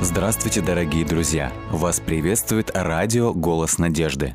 Здравствуйте, дорогие друзья! Вас приветствует радио «Голос надежды».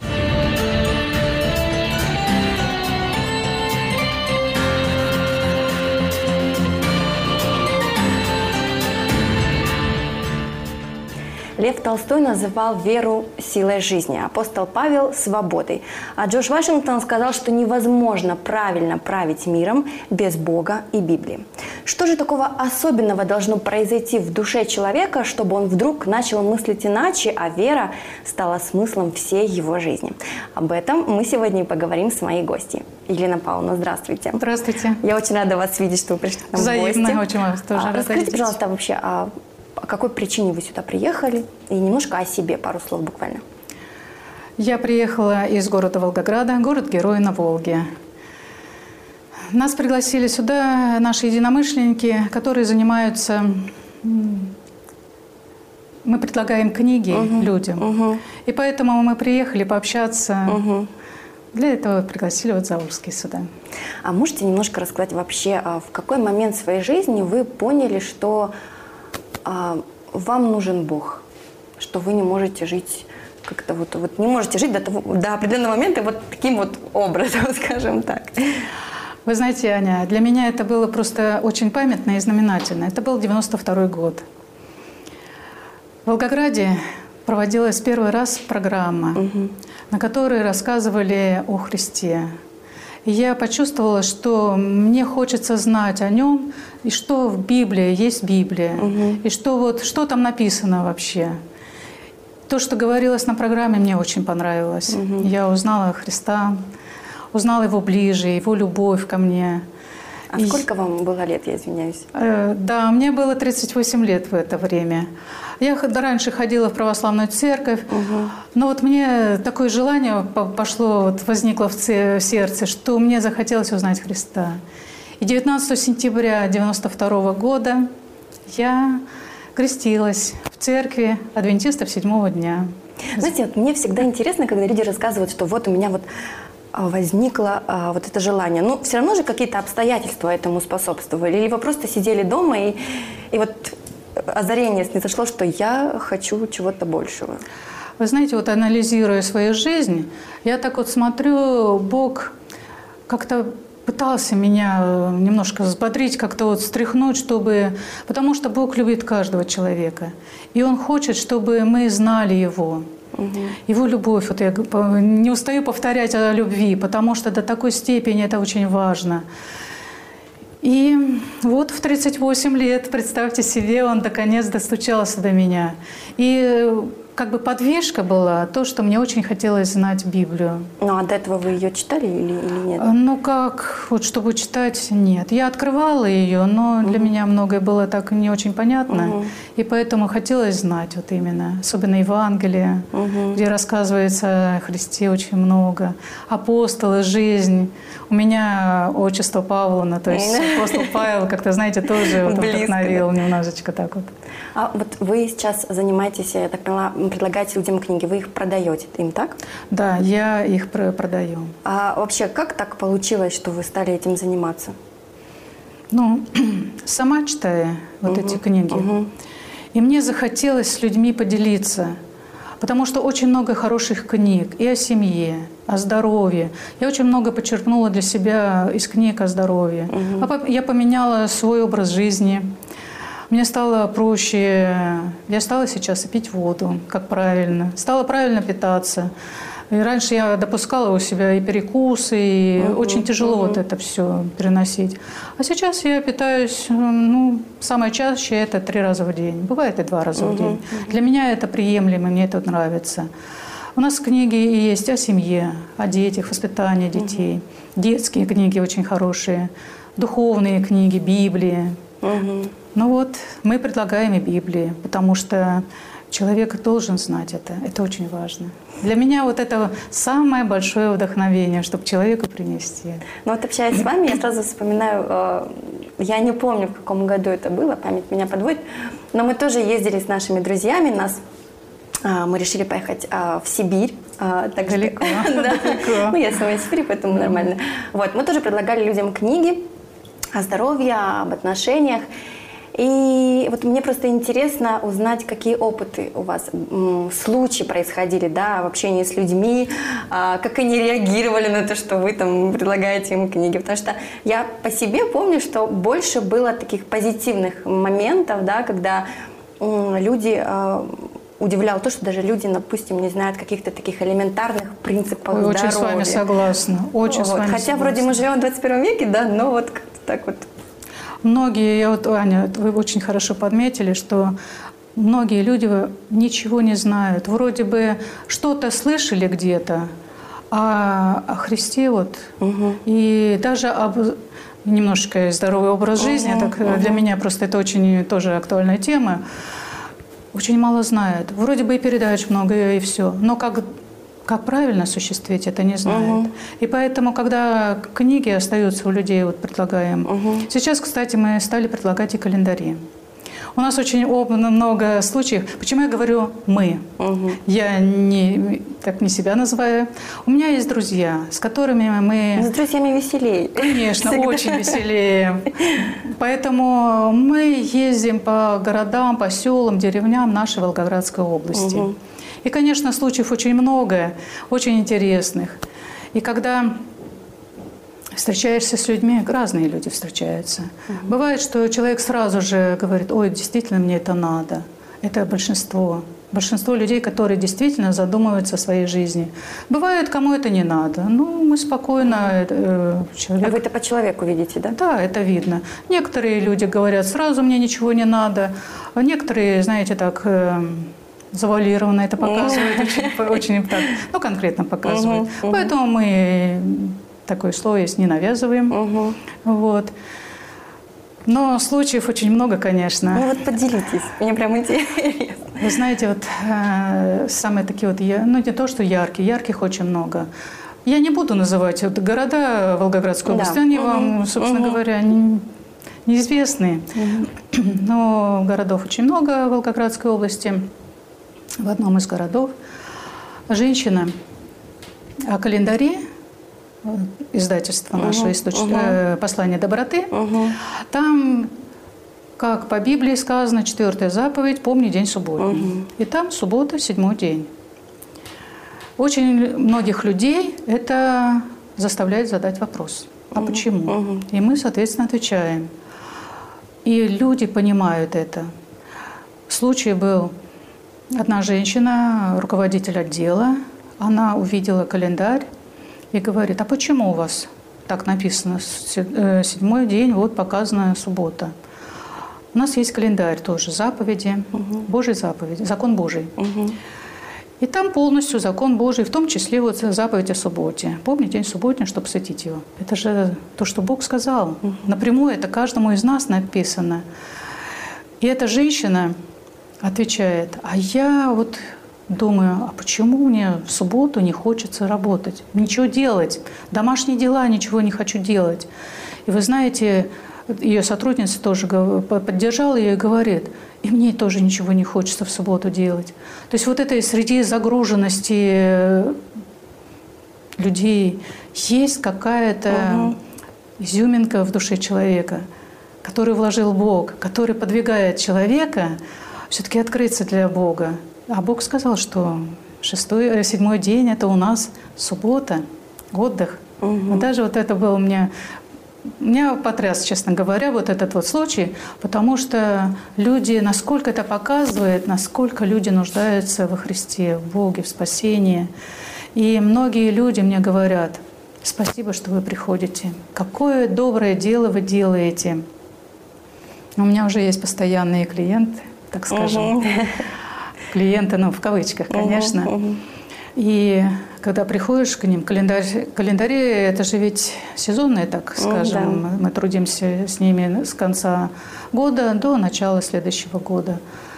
Лев Толстой называл веру силой жизни, апостол Павел – свободой. А Джордж Вашингтон сказал, что невозможно правильно править миром без Бога и Библии. Что же такого особенного должно произойти в душе человека, чтобы он вдруг начал мыслить иначе, а вера стала смыслом всей его жизни? Об этом мы сегодня и поговорим с моей гостьей. Елена Павловна, здравствуйте. Здравствуйте. Я очень рада вас видеть, что вы пришли к нам в гости. Взаимно, очень вас тоже рада Расскажите, видеть. пожалуйста, вообще, по какой причине вы сюда приехали? И немножко о себе, пару слов буквально. Я приехала из города Волгограда, город-герой на Волге. Нас пригласили сюда наши единомышленники, которые занимаются... Мы предлагаем книги людям. И поэтому мы приехали пообщаться. Для этого пригласили вот Заурский сюда. А можете немножко рассказать вообще, в какой момент своей жизни вы поняли, что вам нужен Бог, что вы не можете жить как-то вот не можете жить до определенного момента вот таким вот образом, скажем так? Вы знаете, Аня, для меня это было просто очень памятно и знаменательно. Это был 92-й год. В Волгограде проводилась первый раз программа, на которой рассказывали о Христе. И я почувствовала, что мне хочется знать о Нем, и что в Библии есть Библия, и что там написано вообще. То, что говорилось на программе, мне очень понравилось. Я узнала Христа, узнала Его ближе, Его любовь ко мне. А сколько вам было лет, я извиняюсь? Да, мне было 38 лет в это время. Я раньше ходила в православную церковь, но вот мне такое желание возникло в сердце, что мне захотелось узнать Христа. И 19 сентября 92 года я крестилась в церкви адвентистов 7-го дня. Знаете, вот мне всегда интересно, когда люди рассказывают, что вот у меня возникло вот это желание. Ну, все равно же какие-то обстоятельства этому способствовали. Или вы просто сидели дома и вот озарение снизошло, что я хочу чего-то большего. Вы знаете, вот анализируя свою жизнь, я так вот смотрю, Бог как-то пытался меня немножко взбодрить, как-то вот встряхнуть, потому что Бог любит каждого человека. И Он хочет, чтобы мы знали Его. Его любовь, вот я не устаю повторять о любви, потому что до такой степени это очень важно. И вот в 38 лет, представьте себе, он наконец достучался до меня. И как бы подвижка была то, что мне очень хотелось знать Библию. Ну, а до этого вы ее читали или нет? Ну, как, вот чтобы читать, нет. Я открывала ее, но для меня многое было так не очень понятно. И поэтому хотелось знать вот именно, особенно Евангелие, где рассказывается о Христе очень много. Апостолы, жизнь. У меня отчество Павловна, то есть апостол Павел, как-то, знаете, тоже вот вдохновил немножечко так вот. А вот вы сейчас занимаетесь, я так поняла, предлагаете людям книги, вы их продаете им, так? Да, я их продаю. А вообще, как так получилось, что вы стали этим заниматься? Ну, сама читаю вот эти книги, и мне захотелось с людьми поделиться, потому что очень много хороших книг и о семье, о здоровье. Я очень много почерпнула для себя из книг о здоровье. Я поменяла свой образ жизни. Мне стало проще. Я стала сейчас и пить воду, как правильно. Стала правильно питаться. И раньше я допускала у себя и перекусы, и очень тяжело вот это все переносить. А сейчас я питаюсь, ну, самое чаще это 3 раза в день. Бывает и 2 раза в день. Для меня это приемлемо, мне это нравится. У нас книги есть о семье, о детях, воспитании детей. Детские книги очень хорошие, духовные книги, Библии. Ну вот, мы предлагаем и Библии, потому что человек должен знать это. Это очень важно. Для меня вот это самое большое вдохновение, чтобы человеку принести. Ну вот общаясь с вами, я сразу вспоминаю, я не помню, в каком году это было, память меня подводит, но мы тоже ездили с нашими друзьями, мы решили поехать в Сибирь. Далеко. Ну, я сама из Сибири, поэтому нормально. Вот, мы тоже предлагали людям книги о здоровье, об отношениях. И вот мне просто интересно узнать, какие опыты у вас, случаи происходили, да, в общении с людьми, как они реагировали на то, что вы там предлагаете им книги. Потому что я по себе помню, что больше было таких позитивных моментов, да, когда люди... удивляло то, что даже люди, допустим, не знают каких-то таких элементарных принципов здоровья. Очень с вами согласна. Очень с вами Хотя согласна. вроде мы живем в 21 веке, да, но вот как-то так вот. Многие, Аня, вы очень хорошо подметили, что многие люди ничего не знают. Вроде бы что-то слышали где-то, а о Христе вот. И даже об немножко здоровый образ жизни, так для меня просто это очень тоже актуальная тема. Очень мало знают. Вроде бы и передач много, и все. Но как правильно осуществить, это не знают. И поэтому, когда книги остаются у людей, вот предлагаем. Сейчас, кстати, мы стали предлагать и календари. У нас очень много случаев. Почему я говорю «мы»? Я так не себя называю. У меня есть друзья, с которыми мы... С друзьями веселее. Конечно, очень веселее. Поэтому мы ездим по городам, по селам, деревням нашей Волгоградской области. И, конечно, случаев очень много, очень интересных. И когда встречаешься с людьми, разные люди встречаются. Бывает, что человек сразу же говорит: ой, действительно, мне это надо. Это большинство. Большинство людей, которые действительно задумываются о своей жизни. Бывает, кому это не надо. Ну, мы спокойно... человек... А вы это по человеку видите, да? Да, это видно. Некоторые люди говорят: сразу мне ничего не надо. А некоторые, знаете, так... завуалированно это показывают, очень так, ну, конкретно показывают. Поэтому мы такое слово есть не навязываем. Вот. Но случаев очень много, конечно. Ну вот поделитесь, мне прям интересно. Вы знаете, вот самые такие вот, ну не то, что ярких очень много. Я не буду называть вот города Волгоградской области, они вам, собственно говоря, неизвестны. Но городов очень много в Волгоградской области. В одном из городов женщина о календаре издательства нашего «Послание доброты». Там, как по Библии сказано, 4-я заповедь «Помни день субботний». И там суббота, 7-й день. Очень многих людей это заставляет задать вопрос: а почему? И мы, соответственно, отвечаем. И люди понимают это. Случай был: одна женщина, руководитель отдела, она увидела календарь и говорит: а почему у вас так написано, 7-й день, вот показана суббота? У нас есть календарь тоже, заповеди, Божьи заповеди, закон Божий. И там полностью закон Божий, в том числе вот заповедь о субботе. Помни день субботний, чтобы посвятить его. Это же то, что Бог сказал. Напрямую это каждому из нас написано. И эта женщина отвечает: а я вот думаю, а почему мне в субботу не хочется работать, ничего делать, домашние дела, ничего не хочу делать. И вы знаете, ее сотрудница тоже поддержала ее и говорит: и мне тоже ничего не хочется в субботу делать. То есть вот это среди загруженности людей есть какая-то изюминка в душе человека, который вложил Бог, который подвигает человека все-таки открыться для Бога. А Бог сказал, что 7-й день – это у нас суббота, отдых. Даже вот это было меня потряс, честно говоря, вот этот вот случай, потому что люди, насколько это показывает, насколько люди нуждаются во Христе, в Боге, в спасении. И многие люди мне говорят: спасибо, что вы приходите. Какое доброе дело вы делаете. У меня уже есть постоянные клиенты, так скажем. Клиенты, ну, в кавычках, конечно. И когда приходишь к ним, календари, это же ведь сезонные, так скажем. Мы трудимся с ними с конца года до начала следующего года.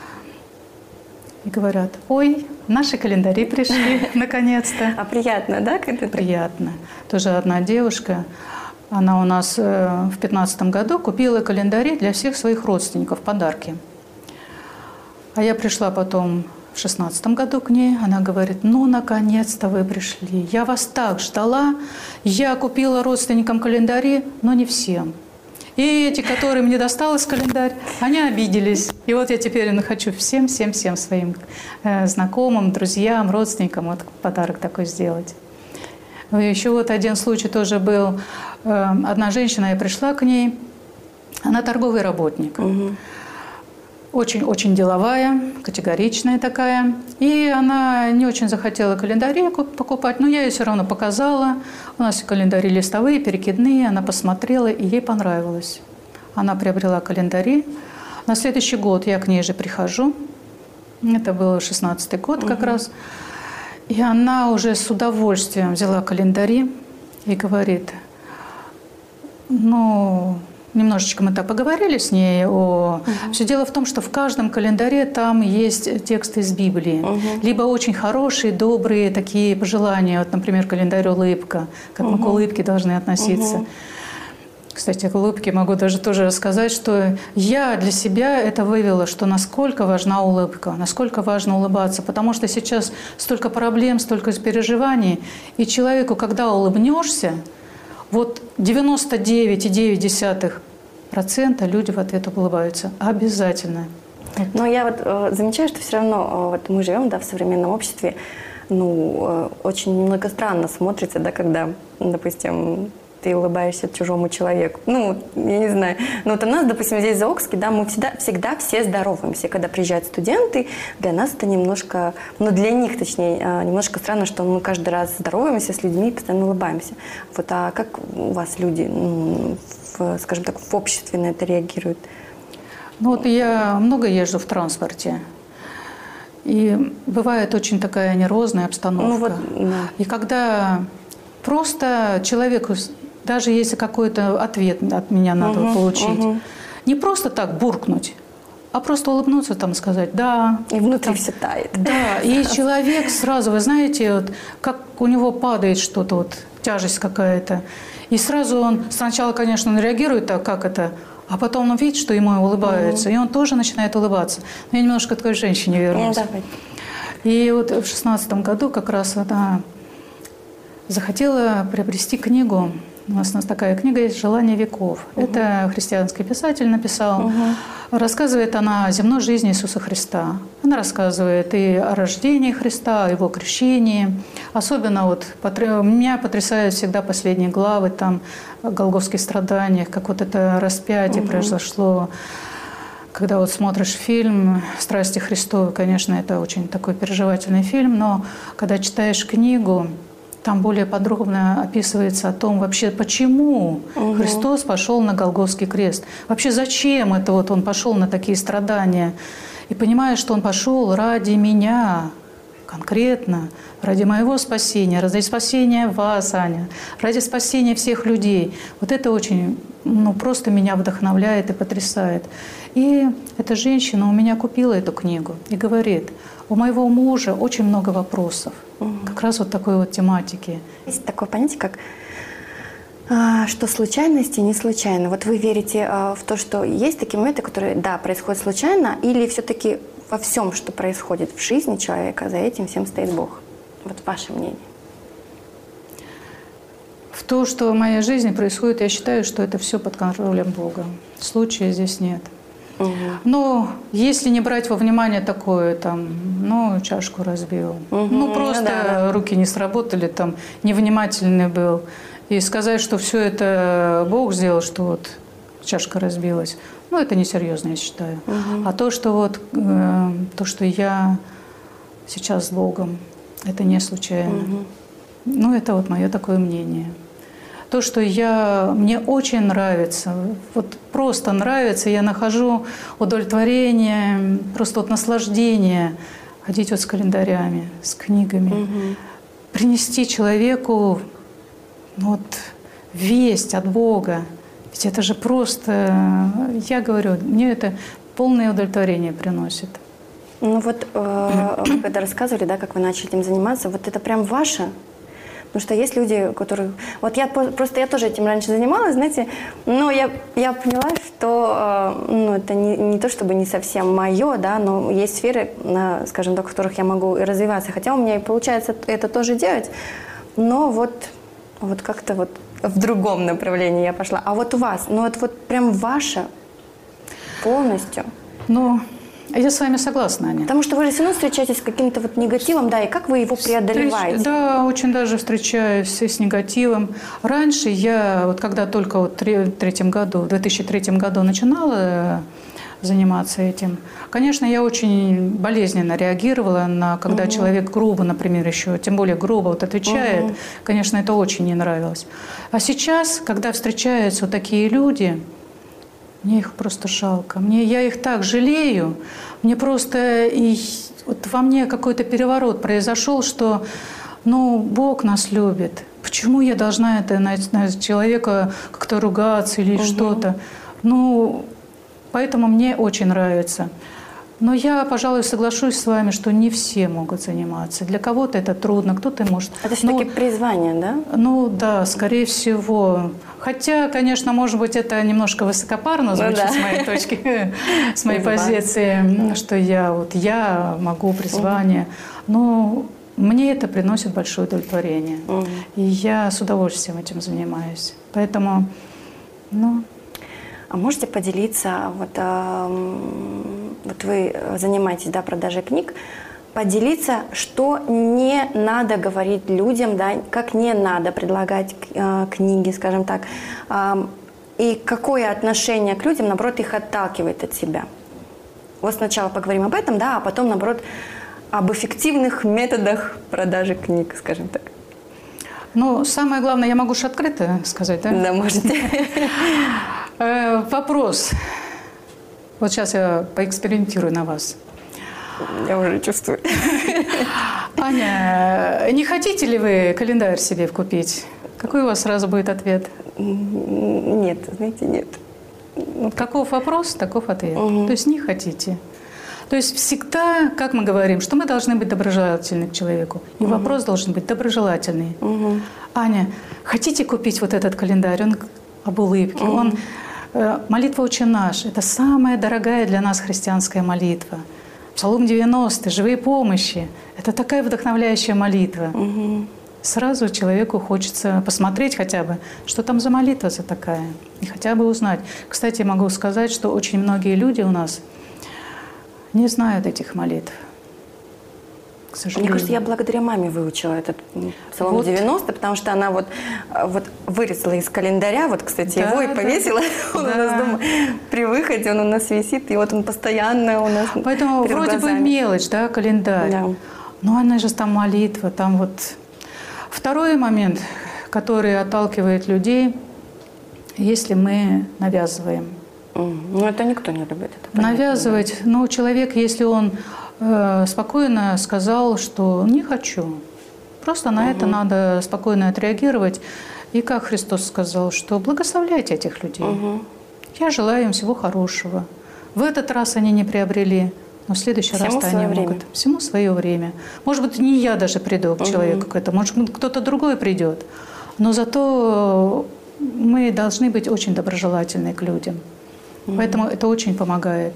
И говорят: ой, наши календари пришли наконец-то. А приятно, да? Приятно. Тоже одна девушка, она у нас в 2015 году купила календари для всех своих родственников, подарки. А я пришла потом в 2016 году к ней, она говорит: ну, наконец-то вы пришли. Я вас так ждала. Я купила родственникам календари, но не всем. И эти, которым не досталось календарь, они обиделись. И вот я теперь хочу всем своим знакомым, друзьям, родственникам вот подарок такой сделать. Еще вот один случай тоже был. Одна женщина, я пришла к ней, она торговый работник. Очень-очень деловая, категоричная такая. И она не очень захотела календари покупать, но я ей все равно показала. У нас календари листовые, перекидные. Она посмотрела, и ей понравилось. Она приобрела календари. На следующий год я к ней же прихожу. Это был 16-й год как раз. И она уже с удовольствием взяла календари и говорит, ну... Немножечко мы так поговорили с ней. Все дело в том, что в каждом календаре там есть тексты из Библии. Либо очень хорошие, добрые такие пожелания. Вот, например, календарь «Улыбка», как мы к улыбке должны относиться. Кстати, к улыбке могу даже тоже рассказать, что я для себя это вывела, что насколько важна улыбка, насколько важно улыбаться. Потому что сейчас столько проблем, столько переживаний. И человеку, когда улыбнешься, вот 99,9% люди в ответ улыбаются. Обязательно. Но я вот замечаю, что все равно вот мы живем, да, в современном обществе, ну, очень немного странно смотрится, да, когда, допустим, ты улыбаешься чужому человеку. Ну, я не знаю. Но вот у нас, допустим, здесь в Заокске, да, мы всегда все здороваемся. Когда приезжают студенты, для нас это немножко, ну, для них, точнее, немножко странно, что мы каждый раз здороваемся с людьми и постоянно улыбаемся. Вот, а как у вас люди, ну, скажем так, в обществе на это реагируют? Ну, вот я много езжу в транспорте. И бывает очень такая нервозная обстановка. Ну, вот, да. И когда просто человеку, даже если какой-то ответ от меня надо получить, не просто так буркнуть, а просто улыбнуться, там, сказать «да». И внутри там, все тает. Да, и человек сразу, вы знаете, вот, как у него падает что-то, вот, тяжесть какая-то. И сразу он сначала, конечно, он реагирует так, как это, а потом он видит, что ему улыбаются, и он тоже начинает улыбаться. Но я немножко к такой женщине вернусь. И вот в 16-м году как раз она захотела приобрести книгу. У нас такая книга есть «Желание веков». Это христианский писатель написал. Рассказывает она о земной жизни Иисуса Христа. Она рассказывает и о рождении Христа, о Его крещении. Особенно вот меня потрясают всегда последние главы, там, о голгофских страданиях, как вот это распятие произошло. Когда вот смотришь фильм «Страсти Христовы», конечно, это очень такой переживательный фильм, но когда читаешь книгу, там более подробно описывается о том, вообще, почему Христос пошел на Голгофский крест. Вообще, зачем это вот он пошел на такие страдания. И понимаешь, что он пошел ради меня, конкретно, ради моего спасения, ради спасения вас, Аня, ради спасения всех людей. Вот это очень, ну, просто меня вдохновляет и потрясает. И эта женщина у меня купила эту книгу и говорит, у моего мужа очень много вопросов. Как раз вот такой вот тематики. Есть такое понятие, как что случайности не случайно. Вот вы верите в то, что есть такие моменты, которые, да, происходят случайно, или все-таки во всем, что происходит в жизни человека, за этим всем стоит Бог? Вот ваше мнение. В то, что в моей жизни происходит, я считаю, что это все под контролем Бога. Случая здесь нет. Но если не брать во внимание такое, там, ну, чашку разбил, ну, просто руки не сработали, там, невнимательный был. И сказать, что все это Бог сделал, что вот чашка разбилась, ну, это несерьезно, я считаю. А то, что вот, то, что я сейчас с Богом, это не случайно. Ну, это вот мое такое мнение. То, что мне очень нравится, вот просто нравится, я нахожу удовлетворение, просто вот наслаждение ходить вот с календарями, с книгами, принести человеку вот весть от Бога. Ведь это же просто, я говорю, мне это полное удовлетворение приносит. Ну вот, вы когда рассказывали, да, как вы начали этим заниматься, вот это прям ваше? Потому что есть люди, которые... Вот я тоже этим раньше занималась, знаете, но я поняла, что ну, это не то чтобы не совсем мое, да, но есть сферы, скажем так, в которых я могу и развиваться. Хотя у меня и получается это тоже делать, но вот Вот как-то вот в другом направлении я пошла. А вот у вас, ну вот прям ваше полностью. Ну, я с вами согласна, Аня. Потому что вы же все равно встречаетесь с каким-то вот негативом, да, и как вы его преодолеваете? Да, очень даже встречаюсь с негативом. Раньше я, вот когда только вот в 2003 году начинала заниматься этим, конечно, я очень болезненно реагировала на, когда человек грубо, например, еще, тем более грубо вот отвечает, конечно, это очень не нравилось. А сейчас, когда встречаются вот такие люди, мне их просто жалко. Я их так жалею. Мне просто вот во мне какой-то переворот произошел, что Бог нас любит. Почему я должна на человека как-то ругаться или что-то? Поэтому мне очень нравится. Но я, пожалуй, соглашусь с вами, что не все могут заниматься. Для кого-то это трудно, кто-то может. Это все-таки призвание, да? Да, скорее всего. Хотя, конечно, может быть, это немножко высокопарно звучит с моей точки, с моей позиции, что я могу призвание. Но мне это приносит большое удовлетворение. И я с удовольствием этим занимаюсь. Поэтому, А можете поделиться, вот вы занимаетесь, да, продажей книг, поделиться, что не надо говорить людям, да, как не надо предлагать книги, скажем так, и какое отношение к людям, наоборот, их отталкивает от себя. Вот сначала поговорим об этом, да, а потом, наоборот, об эффективных методах продажи книг, скажем так. Самое главное, я могу же открыто сказать, да? Да, можете. Вопрос. Вот сейчас я поэкспериментирую на вас. Я уже чувствую. Аня, не хотите ли вы календарь себе купить? Какой у вас сразу будет ответ? Нет, знаете, нет. Каков вопрос, таков ответ. То есть не хотите. То есть всегда, как мы говорим, что мы должны быть доброжелательны к человеку. И вопрос должен быть доброжелательный. Аня, хотите купить вот этот календарь? Он об улыбке. Молитва «Отче наш» – это самая дорогая для нас христианская молитва. Псалом 90, «Живые помощи» – это такая вдохновляющая молитва. Сразу человеку хочется посмотреть хотя бы, что там за молитва за такая, и хотя бы узнать. Кстати, могу сказать, что очень многие люди у нас не знают этих молитв. К сожалению. Мне кажется, я благодаря маме выучила этот Псалом 90, потому что она вот вырезала из календаря, вот, кстати, его и повесила у нас дома. При выходе он у нас висит, и вот он постоянно у нас. Поэтому вроде бы мелочь, да, календарь. Да. Но она же там молитва, там вот. Второй момент, который отталкивает людей, если мы навязываем. Это никто не любит. Это навязывать. Человек, если он спокойно сказал, что не хочу. Просто на это надо спокойно отреагировать. И как Христос сказал, что благословляйте этих людей. Я желаю им всего хорошего. В этот раз они не приобрели, но в следующий раз они могут. Всему свое время. Может быть, не я даже приду к человеку к этому, может быть, кто-то другой придет. Но зато мы должны быть очень доброжелательны к людям. Поэтому это очень помогает.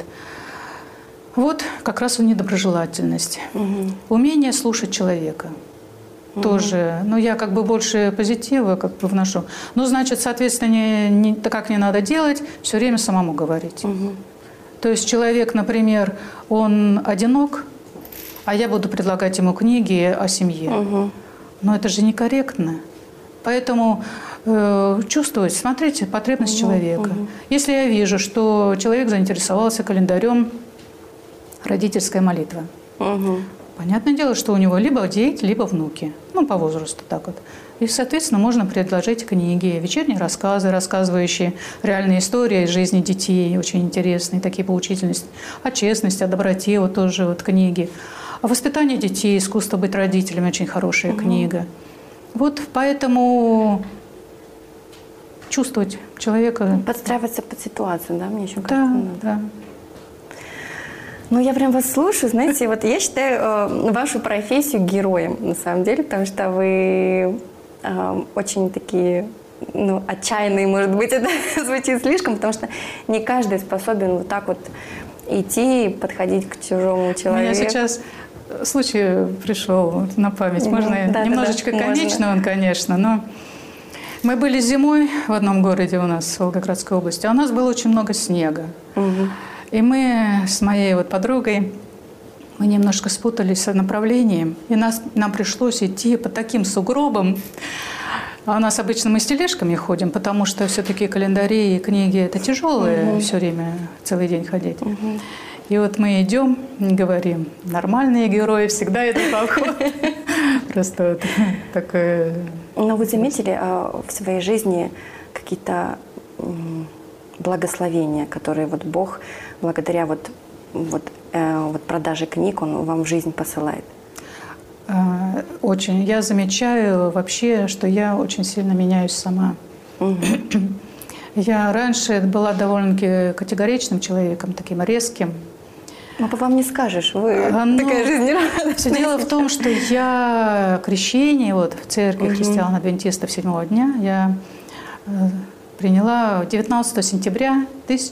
Вот как раз недоброжелательность. Умение слушать человека. Тоже. Я как бы больше позитива вношу. Значит, соответственно, как не надо делать, все время самому говорить. То есть человек, например, он одинок, а я буду предлагать ему книги о семье. Но это же некорректно. Поэтому чувствовать, смотреть потребность человека. Если я вижу, что человек заинтересовался календарем «Родительская молитва», понятное дело, что у него либо дети, либо внуки. По возрасту так вот. И, соответственно, можно предложить книги, вечерние рассказы, рассказывающие реальные истории из жизни детей, очень интересные, такие поучительные. О честности, о доброте, вот тоже вот книги. О воспитании детей, искусство быть родителями, очень хорошая книга. Вот поэтому чувствовать человека. Подстраиваться под ситуацию, да, мне еще кажется. Да, да. Я прям вас слушаю, знаете, вот я считаю вашу профессию героем, на самом деле, потому что вы очень такие, отчаянные, может быть, это звучит слишком, потому что не каждый способен вот так вот идти и подходить к чужому человеку. У меня сейчас случай пришел на память. Можно немножечко комично он, конечно, но Мы были зимой в одном городе у нас, в Волгоградской области, а у нас было очень много снега. И мы с моей вот подругой, мы немножко спутались с направлением, и нам пришлось идти по таким сугробам. А у нас обычно мы с тележками ходим, потому что все-таки календари и книги – это тяжелое все время, целый день ходить. И вот мы идем и говорим, нормальные герои всегда идут по ходу. Просто вот такое… Но вы заметили в своей жизни какие-то благословения, которые вот Бог благодаря вот продаже книг Он вам в жизнь посылает? Очень. Я замечаю вообще, что я очень сильно меняюсь сама. Я раньше была довольно-таки категоричным человеком, таким резким. Но по вам не скажешь, вы такая жизнерадостная. Все дело в том, что я крещение вот, в церкви христиан-адвентистов 7-го дня я приняла 19 сентября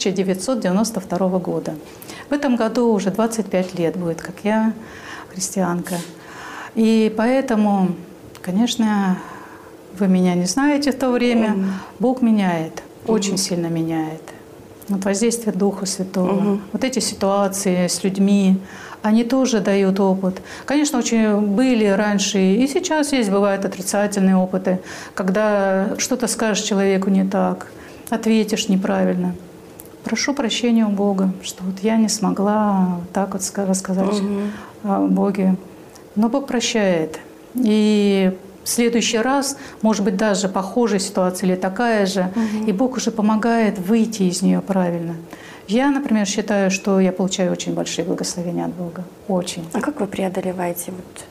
1992 года. В этом году уже 25 лет будет, как я христианка. И поэтому, конечно, вы меня не знаете в то время, Бог меняет, очень сильно меняет. Вот воздействие Духа Святого, вот эти ситуации с людьми, они тоже дают опыт. Конечно, очень были раньше, и сейчас есть, бывают отрицательные опыты, когда что-то скажешь человеку не так, ответишь неправильно. Прошу прощения у Бога, что вот я не смогла так вот рассказать о Боге. Но Бог прощает. И в следующий раз, может быть, даже похожая ситуация или такая же, и Бог уже помогает выйти из нее правильно. Я, например, считаю, что я получаю очень большие благословения от Бога. Очень. А как вы преодолеваете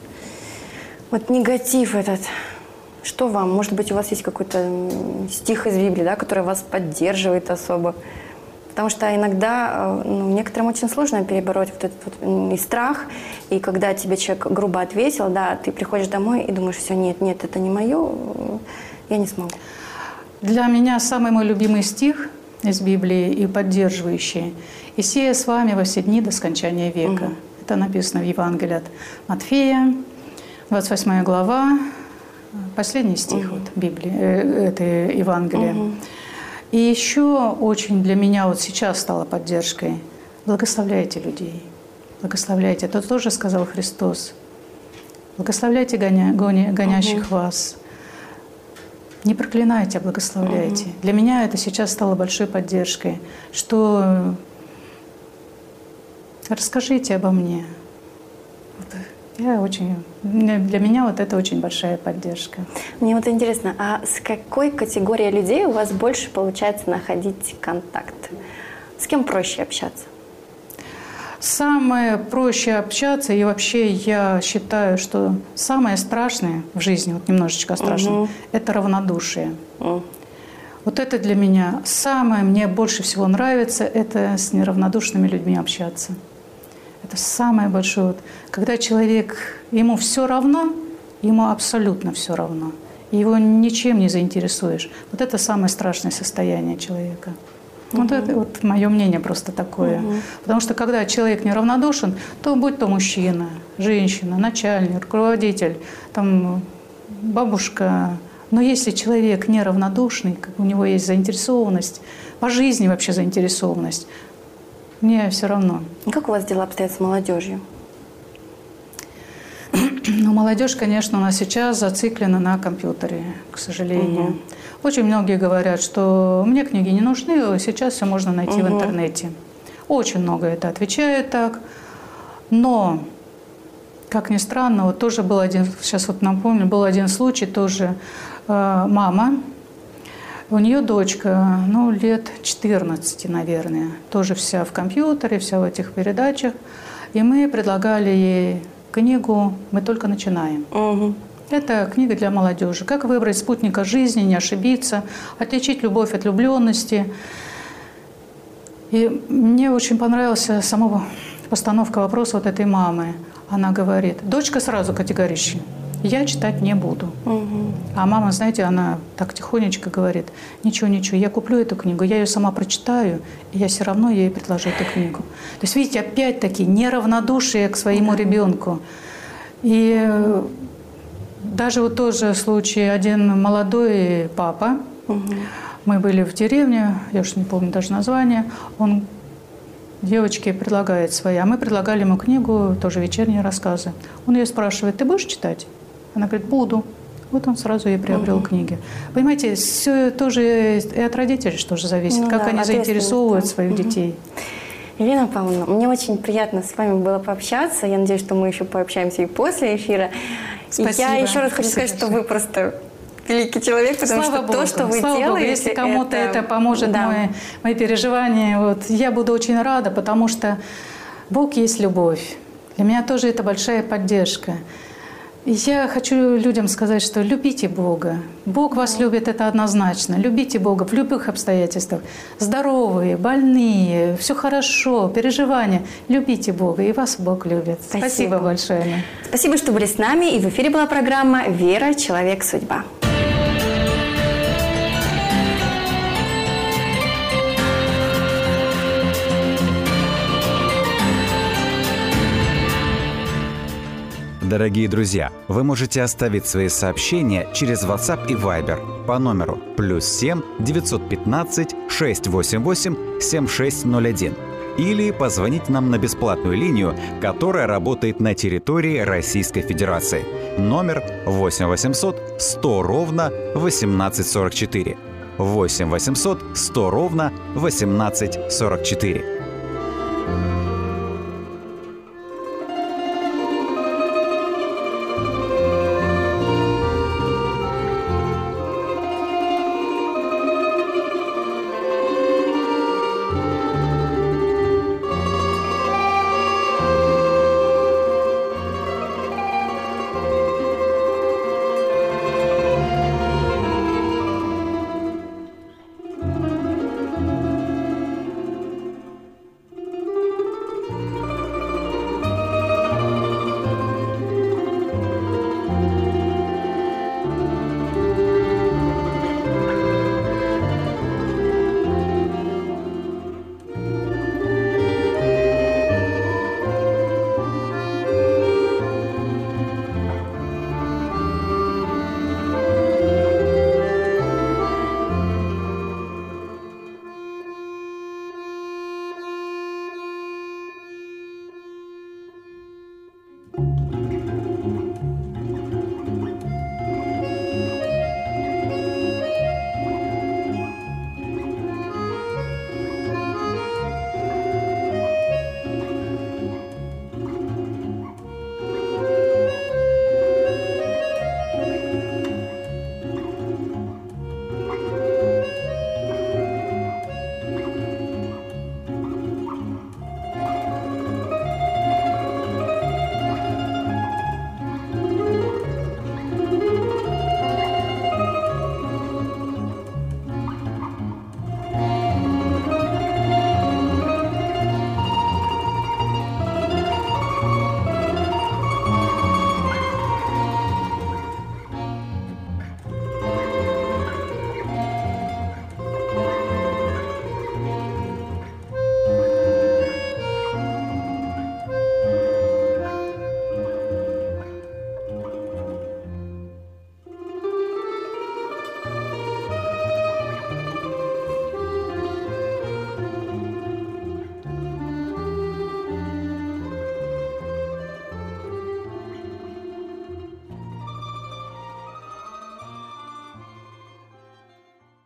вот негатив этот? Что вам? Может быть, у вас есть какой-то стих из Библии, да, который вас поддерживает особо? Потому что иногда некоторым очень сложно перебороть вот этот вот и страх, и когда тебе человек грубо ответил, да, ты приходишь домой и думаешь, все, нет, это не мое, я не смогу. Для меня самый мой любимый стих из Библии и поддерживающий: «И сея с вами во все дни до скончания века». Это написано в Евангелии от Матфея, 28 глава, последний стих вот Библии, это Евангелие. И еще очень для меня вот сейчас стало поддержкой: благословляйте людей, благословляйте. Это тоже сказал Христос. Благословляйте гонящих вас. Не проклинайте, а благословляйте. Для меня это сейчас стало большой поддержкой, что расскажите обо мне. Для меня вот это очень большая поддержка. Мне вот интересно, а с какой категорией людей у вас больше получается находить контакт? С кем проще общаться? Самое проще общаться, и вообще я считаю, что самое страшное в жизни, вот немножечко страшное, это равнодушие. Вот это для меня самое, мне больше всего нравится, это с неравнодушными людьми общаться. Это самое большое. Вот, когда человек, ему все равно, ему абсолютно все равно. Его ничем не заинтересуешь. Вот это самое страшное состояние человека. Вот это вот мое мнение просто такое. Потому что когда человек неравнодушен, то будь то мужчина, женщина, начальник, руководитель, там, бабушка. Но если человек неравнодушный, как у него есть заинтересованность, по жизни вообще заинтересованность, мне все равно. Как у вас дела обстоят с молодежью? Ну, молодежь, конечно, у нас сейчас зациклена на компьютере, к сожалению. Очень многие говорят, что мне книги не нужны, сейчас все можно найти в интернете. Очень много это отвечают так. Но, как ни странно, вот тоже был один, сейчас вот напомню, был один случай, тоже мама, у нее дочка, ну, лет 14, наверное, тоже вся в компьютере, вся в этих передачах. И мы предлагали ей книгу «Мы только начинаем». Это книга для молодежи. Как выбрать спутника жизни, не ошибиться, отличить любовь от влюбленности. И мне очень понравилась сама постановка вопроса вот этой мамы. Она говорит, дочка сразу категорична: я читать не буду. А мама, знаете, она так тихонечко говорит, ничего, я куплю эту книгу, я ее сама прочитаю, и я все равно ей предложу эту книгу. То есть, видите, опять-таки неравнодушие к своему ребенку. И даже вот тоже случай, один молодой папа, мы были в деревне, я уж не помню даже название, он девочке предлагает свои, а мы предлагали ему книгу, тоже вечерние рассказы. Он ее спрашивает: ты будешь читать? Она говорит: буду. Вот он сразу ей приобрел книги. Понимаете, все тоже и от родителей тоже зависит, как они заинтересовывают своих детей. Елена Павловна, мне очень приятно с вами было пообщаться. Я надеюсь, что мы еще пообщаемся и после эфира. Спасибо. Я еще раз хочу сказать, что вы просто великий человек, потому Слава что Богу, то, что вы делаете... Богу, если кому-то это поможет, мои переживания, вот, я буду очень рада, потому что Бог есть любовь. Для меня тоже это большая поддержка. И я хочу людям сказать, что любите Бога. Бог вас любит, это однозначно. Любите Бога в любых обстоятельствах. Здоровые, больные, все хорошо, переживания. Любите Бога, и вас Бог любит. Спасибо большое. Спасибо, что были с нами. И в эфире была программа «Вера. Человек. Судьба». Дорогие друзья, вы можете оставить свои сообщения через WhatsApp и Viber по номеру +7 915 688 7601 или позвонить нам на бесплатную линию, которая работает на территории Российской Федерации. Номер 8 800 100 ровно 1844. 8 800 100 ровно 1844.